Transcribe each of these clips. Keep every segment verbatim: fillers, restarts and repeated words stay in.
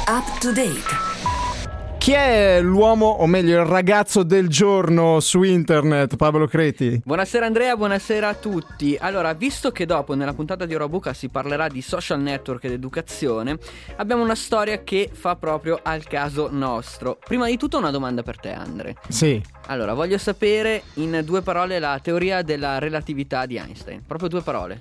Up to date. Chi è l'uomo, o meglio il ragazzo del giorno su internet, Paolo Creti? Buonasera Andrea, buonasera a tutti. Allora, visto che dopo nella puntata di Eurobuca si parlerà di social network ed educazione, abbiamo una storia che fa proprio al caso nostro. Prima di tutto una domanda per te, Andre. Sì. Allora, voglio sapere in due parole la teoria della relatività di Einstein. Proprio due parole.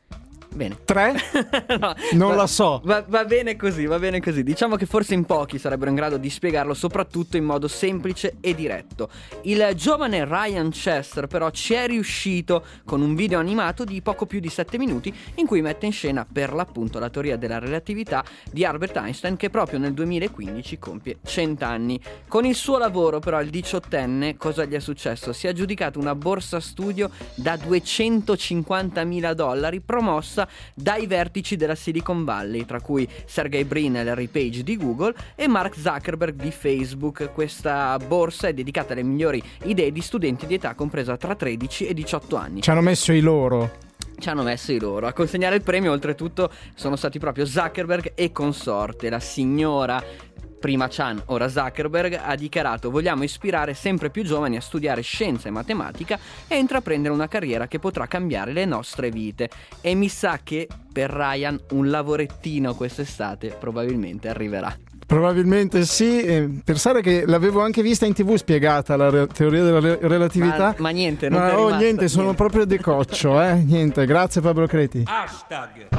Bene. Tre? No, non va, la so. Va, va bene così, va bene così. Diciamo che forse in pochi sarebbero in grado di spiegarlo, soprattutto in modo semplice e diretto. Il giovane Ryan Chester però ci è riuscito con un video animato di poco più di sette minuti in cui mette in scena per l'appunto la teoria della relatività di Albert Einstein, che proprio nel duemilaquindici compie cento anni. Con il suo lavoro però il diciottenne cosa gli è successo? Si è aggiudicato una borsa studio da duecentocinquantamila dollari promossa dai vertici della Silicon Valley, tra cui Sergey Brin e Larry Page di Google e Mark Zuckerberg di Facebook. Questa borsa è dedicata alle migliori idee di studenti di età compresa tra tredici e diciotto anni. Ci hanno messo i loro. Ci hanno messo i loro. A consegnare il premio oltretutto sono stati proprio Zuckerberg e consorte. La signora, prima Chan, ora Zuckerberg, ha dichiarato: vogliamo ispirare sempre più giovani a studiare scienza e matematica e intraprendere una carriera che potrà cambiare le nostre vite. E mi sa che per Ryan un lavorettino quest'estate probabilmente arriverà. Probabilmente sì, eh, pensare che l'avevo anche vista in tv spiegata la re- teoria della re- relatività. Ma, ma niente, non ma è oh, rimasta, niente, sono niente. proprio decoccio, eh. Niente, grazie Paolo Creti. Hashtag.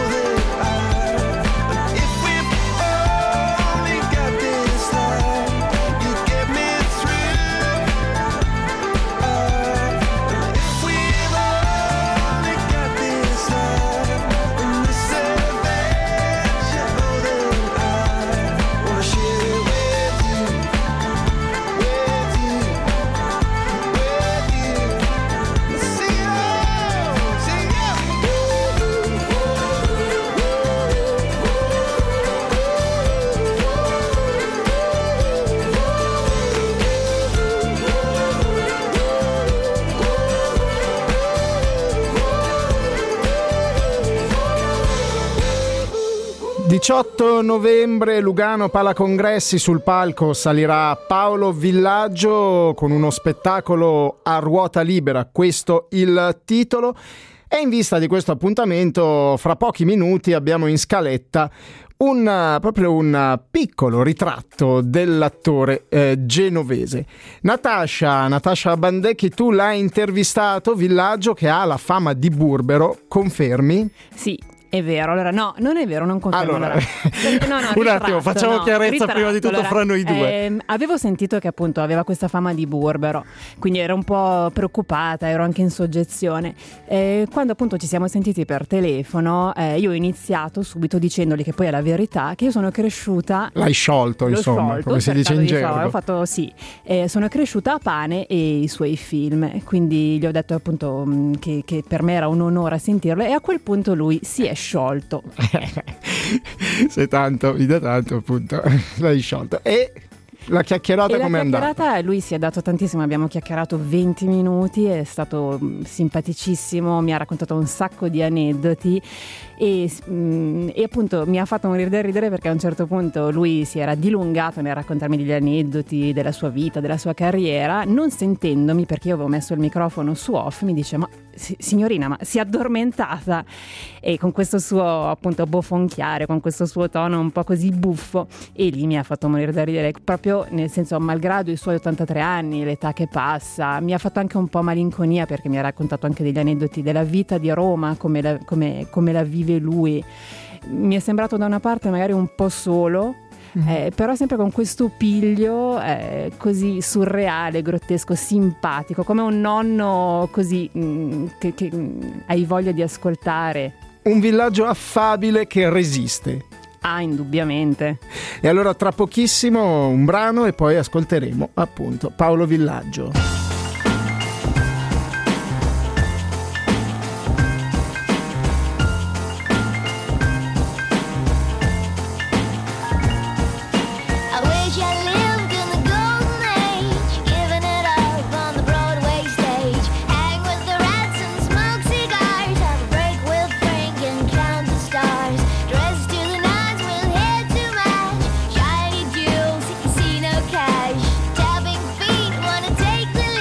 If we've only got this life, diciotto novembre, Lugano Palacongressi, sul palco salirà Paolo Villaggio con uno spettacolo a ruota libera, questo il titolo. E in vista di questo appuntamento, fra pochi minuti abbiamo in scaletta un proprio un piccolo ritratto dell'attore eh, genovese. Natascia, Natascia Bandecchi, tu l'hai intervistato, Villaggio, che ha la fama di burbero, confermi? Sì. È vero, allora no, non è vero, non confermo. Allora, allora. No, no, un ritratto, attimo, facciamo no, chiarezza ritratto, prima di tutto allora, fra noi due. Ehm, avevo sentito che appunto aveva questa fama di burbero, quindi ero un po' preoccupata, ero anche in soggezione. E quando appunto ci siamo sentiti per telefono, eh, io ho iniziato subito dicendogli, che poi è la verità, che io sono cresciuta... L'hai sciolto, L'ho insomma, sciolto, come si dice in gergo. Ho fatto sì, eh, sono cresciuta a Pane e i suoi film, quindi gli ho detto appunto mh, che, che per me era un onore sentirlo, e a quel punto lui si è sciolto. Se tanto, mi dà tanto, appunto, l'hai sciolto. E la chiacchierata com'è andata? La chiacchierata, lui si è dato tantissimo, abbiamo chiacchierato venti minuti, è stato simpaticissimo, mi ha raccontato un sacco di aneddoti e, mh, e appunto mi ha fatto morire da ridere, perché a un certo punto lui si era dilungato nel raccontarmi degli aneddoti della sua vita, della sua carriera, non sentendomi perché io avevo messo il microfono su off. Mi dice: ma signorina, ma si è addormentata? E con questo suo appunto bofonchiare, con questo suo tono un po' così buffo, e lì mi ha fatto morire da ridere, proprio nel senso, malgrado i suoi ottantatré anni, l'età che passa, mi ha fatto anche un po' malinconia, perché mi ha raccontato anche degli aneddoti della vita di Roma, come la, come, come la vive lui. Mi è sembrato da una parte magari un po' solo, Mm-hmm. Eh, però sempre con questo piglio eh, così surreale, grottesco, simpatico, come un nonno così mh, che, che mh, hai voglia di ascoltare. Un Villaggio affabile che resiste. Ah, indubbiamente. E allora tra pochissimo un brano e poi ascolteremo appunto Paolo Villaggio. Take the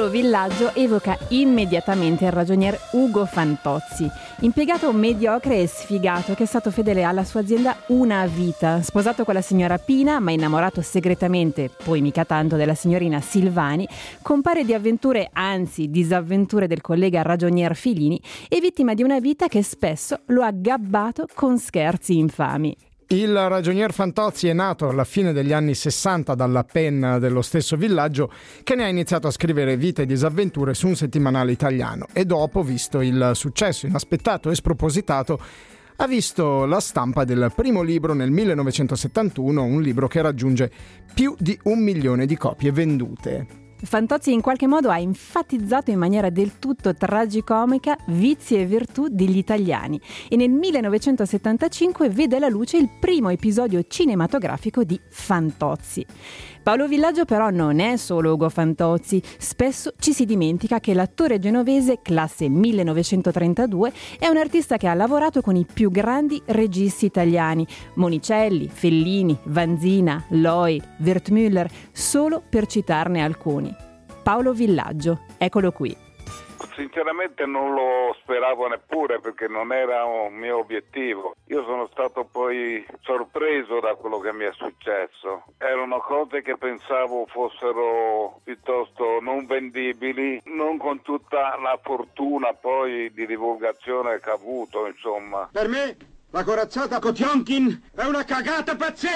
Paolo Villaggio evoca immediatamente il ragionier Ugo Fantozzi, impiegato mediocre e sfigato che è stato fedele alla sua azienda una vita, sposato con la signora Pina ma innamorato segretamente, poi mica tanto, della signorina Silvani, compare di avventure, anzi disavventure del collega ragionier Filini e vittima di una vita che spesso lo ha gabbato con scherzi infami. Il ragionier Fantozzi è nato alla fine degli anni sessanta dalla penna dello stesso Villaggio, che ne ha iniziato a scrivere vite e disavventure su un settimanale italiano e dopo, visto il successo inaspettato e spropositato, ha visto la stampa del primo libro nel millenovecentosettantuno, un libro che raggiunge più di un milione di copie vendute. Fantozzi in qualche modo ha enfatizzato in maniera del tutto tragicomica vizi e virtù degli italiani e nel millenovecentosettantacinque vede alla luce il primo episodio cinematografico di Fantozzi. Paolo Villaggio però non è solo Ugo Fantozzi, spesso ci si dimentica che l'attore genovese classe millenovecentotrentadue è un artista che ha lavorato con i più grandi registi italiani, Monicelli, Fellini, Vanzina, Loi, Wertmüller, solo per citarne alcuni. Paolo Villaggio, eccolo qui. Sinceramente non lo speravo neppure perché non era un mio obiettivo. Io sono stato poi sorpreso da quello che mi è successo. Erano cose che pensavo fossero piuttosto non vendibili, non con tutta la fortuna poi di divulgazione che ha avuto, insomma. Per me la corazzata Kotionkin è una cagata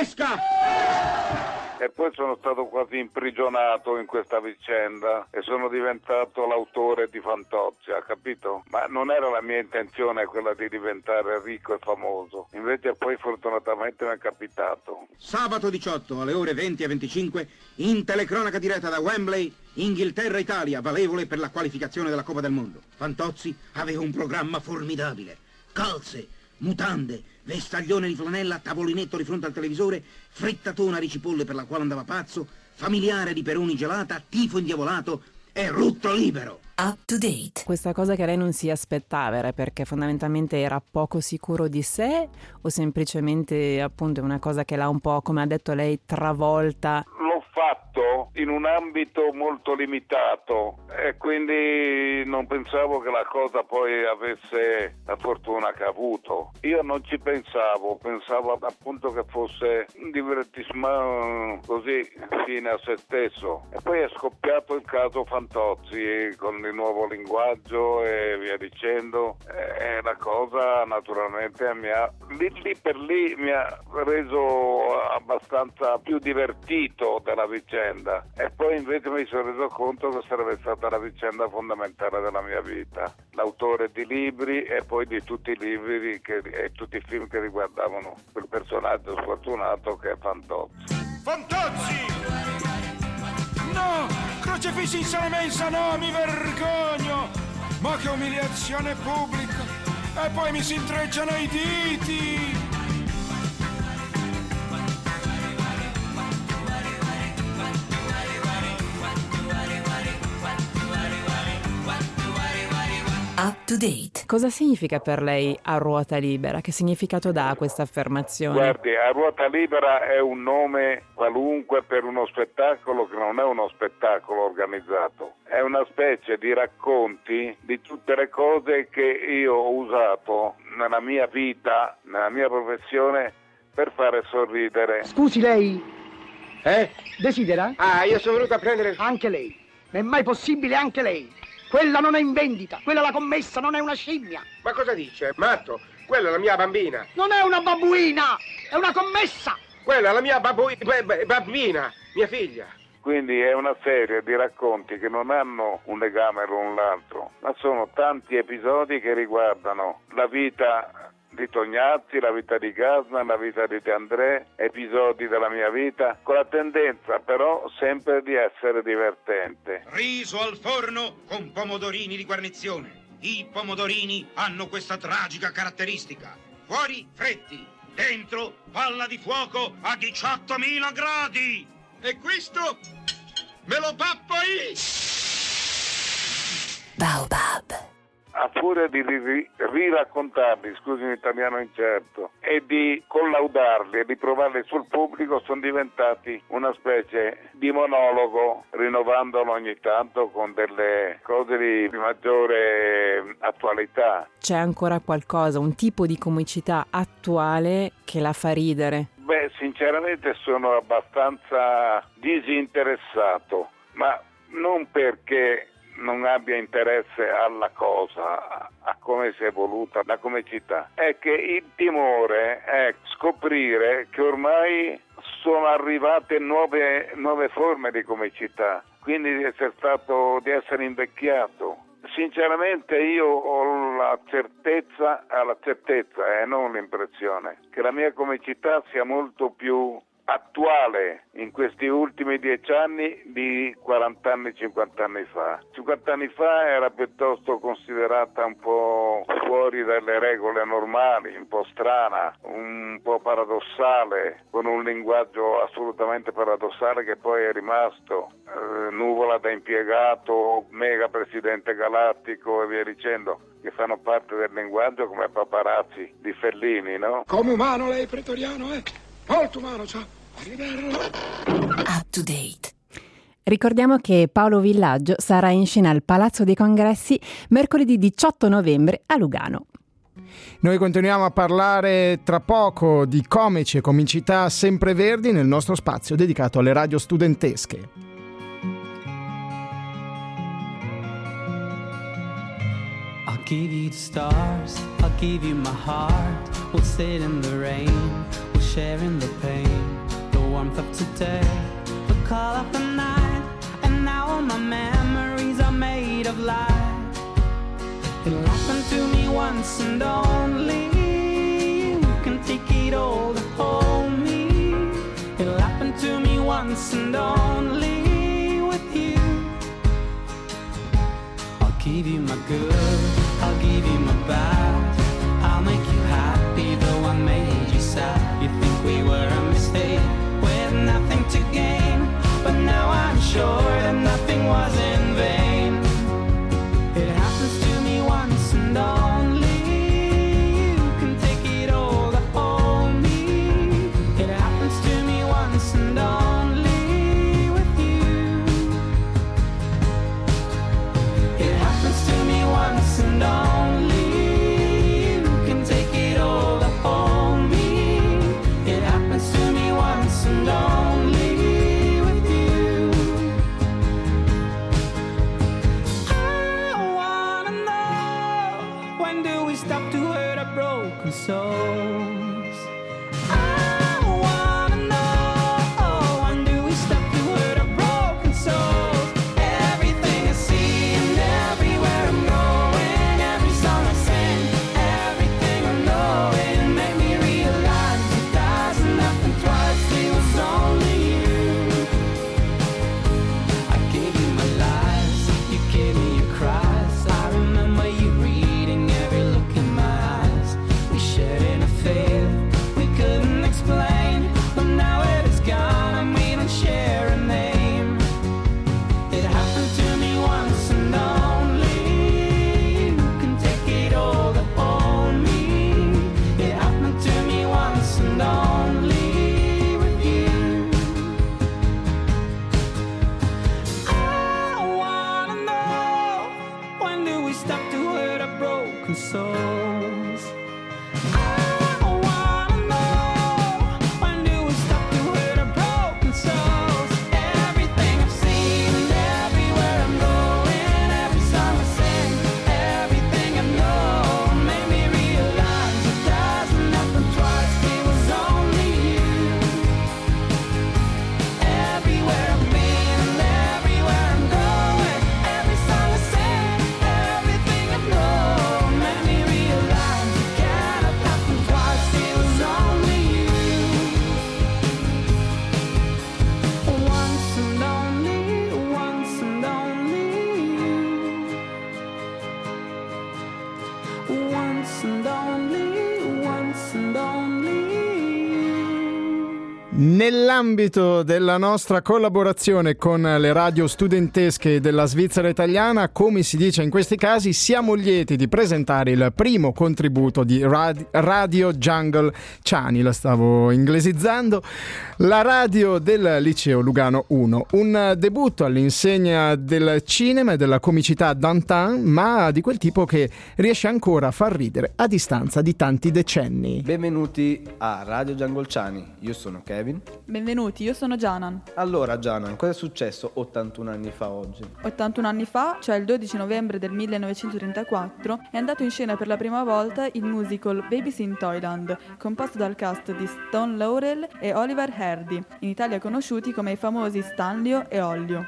pazzesca! E poi sono stato quasi imprigionato in questa vicenda e sono diventato l'autore di Fantozzi, ha capito? Ma non era la mia intenzione quella di diventare ricco e famoso, invece poi fortunatamente mi è capitato. Sabato diciotto alle ore venti e venticinque in telecronaca diretta da Wembley, Inghilterra-Italia, valevole per la qualificazione della Coppa del Mondo. Fantozzi aveva un programma formidabile, calze, mutande, vestaglione di flanella, tavolinetto di fronte al televisore, frittatona di cipolle per la quale andava pazzo, familiare di peroni gelata, tifo indiavolato e rutto libero. Up to date. Questa cosa che lei non si aspettava era perché fondamentalmente era poco sicuro di sé o semplicemente appunto è una cosa che l'ha un po', come ha detto lei, travolta? L'ho fatto in un ambito molto limitato e quindi non pensavo che la cosa poi avesse la fortuna che ha avuto. Io non ci pensavo, pensavo appunto che fosse un divertissement così fine a se stesso. E poi è scoppiato il caso Fantozzi con il nuovo linguaggio e via dicendo e la cosa naturalmente mi ha lì, lì per lì mi ha reso abbastanza più divertito della vicenda e poi invece mi sono reso conto che sarebbe stata la vicenda fondamentale della mia vita, l'autore di libri e poi di tutti i libri che, e tutti i film che riguardavano quel personaggio sfortunato che è Fantozzi. Fantozzi! No! Crocefissi in sala mensa, no! Mi vergogno! Ma che umiliazione pubblica! E poi mi si intrecciano i diti! Up to date. Cosa significa per lei a ruota libera? Che significato dà questa affermazione? Guardi, a ruota libera è un nome qualunque per uno spettacolo che non è uno spettacolo organizzato. È una specie di racconti di tutte le cose che io ho usato nella mia vita, nella mia professione, per fare sorridere. Scusi lei, Eh? desidera? Ah, io sono venuto a prendere... Anche lei. È mai possibile anche lei. Quella non è in vendita, quella l'ha commessa, non è una scimmia. Ma cosa dice? Matto, quella è la mia bambina. Non è una babbuina, è una commessa. Quella è la mia babu... b- b- bambina, mia figlia. Quindi è una serie di racconti che non hanno un legame l'un l'altro, ma sono tanti episodi che riguardano la vita di Tognazzi, la vita di Gasman, la vita di De André, episodi della mia vita, con la tendenza però sempre di essere divertente. Riso al forno con pomodorini di guarnizione. I pomodorini hanno questa tragica caratteristica. Fuori fretti, dentro palla di fuoco a diciottomila gradi. E questo me lo pappo io! Baobab. a furia di ri- riraccontarli, scusi un italiano incerto, e di collaudarli e di provarli sul pubblico, sono diventati una specie di monologo, rinnovandolo ogni tanto con delle cose di maggiore attualità. C'è ancora qualcosa, un tipo di comicità attuale che la fa ridere? Beh, sinceramente sono abbastanza disinteressato, ma non perché non abbia interesse alla cosa, a come si è evoluta la comicità. È che il timore è scoprire che ormai sono arrivate nuove, nuove forme di comicità, quindi di essere stato, di essere invecchiato. Sinceramente io ho la certezza, la certezza e eh, non l'impressione, che la mia comicità sia molto più attuale in questi ultimi dieci anni di quaranta anni, cinquanta anni fa. cinquanta anni fa era piuttosto considerata un po' fuori dalle regole normali, un po' strana, un po' paradossale, con un linguaggio assolutamente paradossale che poi è rimasto. Eh, nuvola da impiegato, mega presidente galattico e via dicendo, che fanno parte del linguaggio come paparazzi di Fellini, no? Come umano lei, pretoriano, eh? Molto umano, ciao. Arrivederla. Up to date. Ricordiamo che Paolo Villaggio sarà in scena al Palazzo dei Congressi mercoledì diciotto novembre a Lugano. Noi continuiamo a parlare tra poco di comici e comicità sempreverdi nel nostro spazio dedicato alle radio studentesche. I'll give you the stars, I'll give you my heart. We'll sit in the rain, we'll share in the pain. The warmth of today, the call of the night. And now all my memories are made of light. It happened to me once and only. You can take it all to hold me. It happened to me once and only with you. I'll give you my good, I'll give you my bad. I'll make you happy though I made you sad. You think we were a mistake with nothing to gain, but now I'm sure that nothing was in vain. It happens to me once and only. You can take it all to hold me. It happens to me once and only with you. It happens to me once and only. And only with you. I wanna know, when do we stop to hurt our broken souls? I wanna know, when do we stop to hurt our broken souls? Everything I see and everywhere I'm going, every song I sing, everything I know, it made me realize it doesn't happen twice. It was only you. I gave you my lies, you gave me your cries. I remember you reading every look in my eyes. We shared in a faith we couldn't explain, but now it is gone and we don't share a name. It happened to me once and only. You can take it all to hold me. It happened to me once and only with you. I wanna know, when do we stop to hurt our broken souls? I wanna know, when do we stop to hurt our broken souls? Everything I've seen and everywhere I'm going, every song I sing, everything I know, made me realize it doesn't happen twice. It was only you. Everywhere I've been and everywhere I'm going, every song I sing, everything I know, made me realize Nell'ambito della nostra collaborazione con le radio studentesche della Svizzera italiana, come si dice in questi casi, siamo lieti di presentare il primo contributo di Rad- Radio Jungle Channel, stavo inglesizzando, la radio del liceo Lugano uno, un debutto all'insegna del cinema e della comicità d'antan, ma di quel tipo che riesce ancora a far ridere a distanza di tanti decenni. Benvenuti a Radio Jungle Channel, io sono Kevin. Benvenuti, io sono Janan. Allora Janan, cosa è successo ottantuno anni fa oggi? ottantuno anni fa, cioè il dodici novembre del millenovecentotrentaquattro, è andato in scena per la prima volta il musical Babies in Toyland, composto dal cast di Stone Laurel e Oliver Hardy, in Italia conosciuti come i famosi Stanlio e Ollio.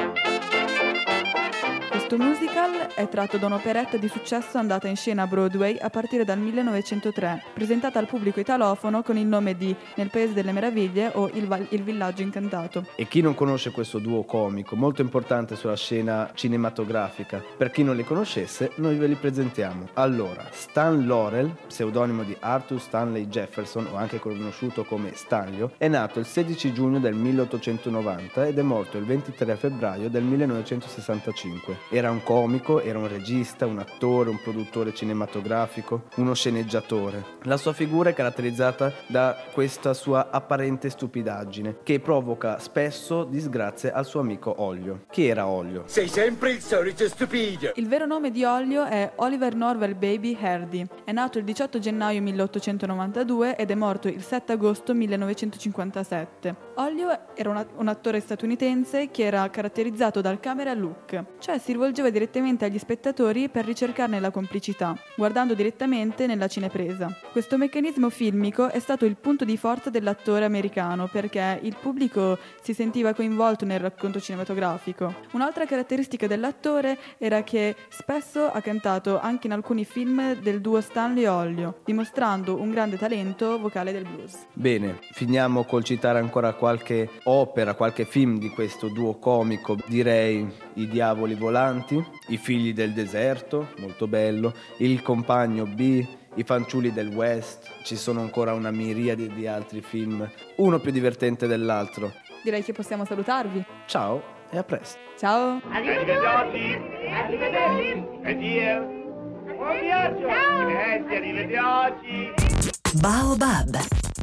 Questo musical è tratto da un'operetta di successo andata in scena a Broadway a partire dal millenovecentotre, presentata al pubblico italofono con il nome di Nel Paese delle Meraviglie o Il, Va- il Villaggio Incantato. E chi non conosce questo duo comico, molto importante sulla scena cinematografica, per chi non li conoscesse, noi ve li presentiamo. Allora, Stan Laurel, pseudonimo di Arthur Stanley Jefferson, o anche conosciuto come Stanlio, è nato il sedici giugno del milleottocentonovanta ed è morto il ventitré febbraio del millenovecentosessantacinque. Era un comico, era un regista, un attore, un produttore cinematografico, uno sceneggiatore. La sua figura è caratterizzata da questa sua apparente stupidaggine, che provoca spesso disgrazie al suo amico Ollio. Chi era Ollio? Sei sempre il solito stupido! Il vero nome di Ollio è Oliver Norval Baby Hardy. È nato il diciotto gennaio milleottocentonovantadue ed è morto il sette agosto millenovecentocinquantasette. Ollio era un, un attore statunitense che era caratterizzato dal camera look, cioè si rivolgeva direttamente agli spettatori per ricercarne la complicità, guardando direttamente nella cinepresa. Questo meccanismo filmico è stato il punto di forza dell'attore americano perché il pubblico si sentiva coinvolto nel racconto cinematografico. Un'altra caratteristica dell'attore era che spesso ha cantato anche in alcuni film del duo Stanley e Ollio, dimostrando un grande talento vocale del blues. Bene, finiamo col citare ancora qualche opera, qualche film di questo duo comico, direi I Diavoli Volanti, I Figli del Deserto, molto bello, Il Compagno B, I Fanciulli del West, ci sono ancora una miriade di altri film, uno più divertente dell'altro. Direi che possiamo salutarvi. Ciao e a presto. Ciao. Arrivederci. Arrivederci. Addio. Buon viaggio. Arrivederci, arrivederci. Baobab.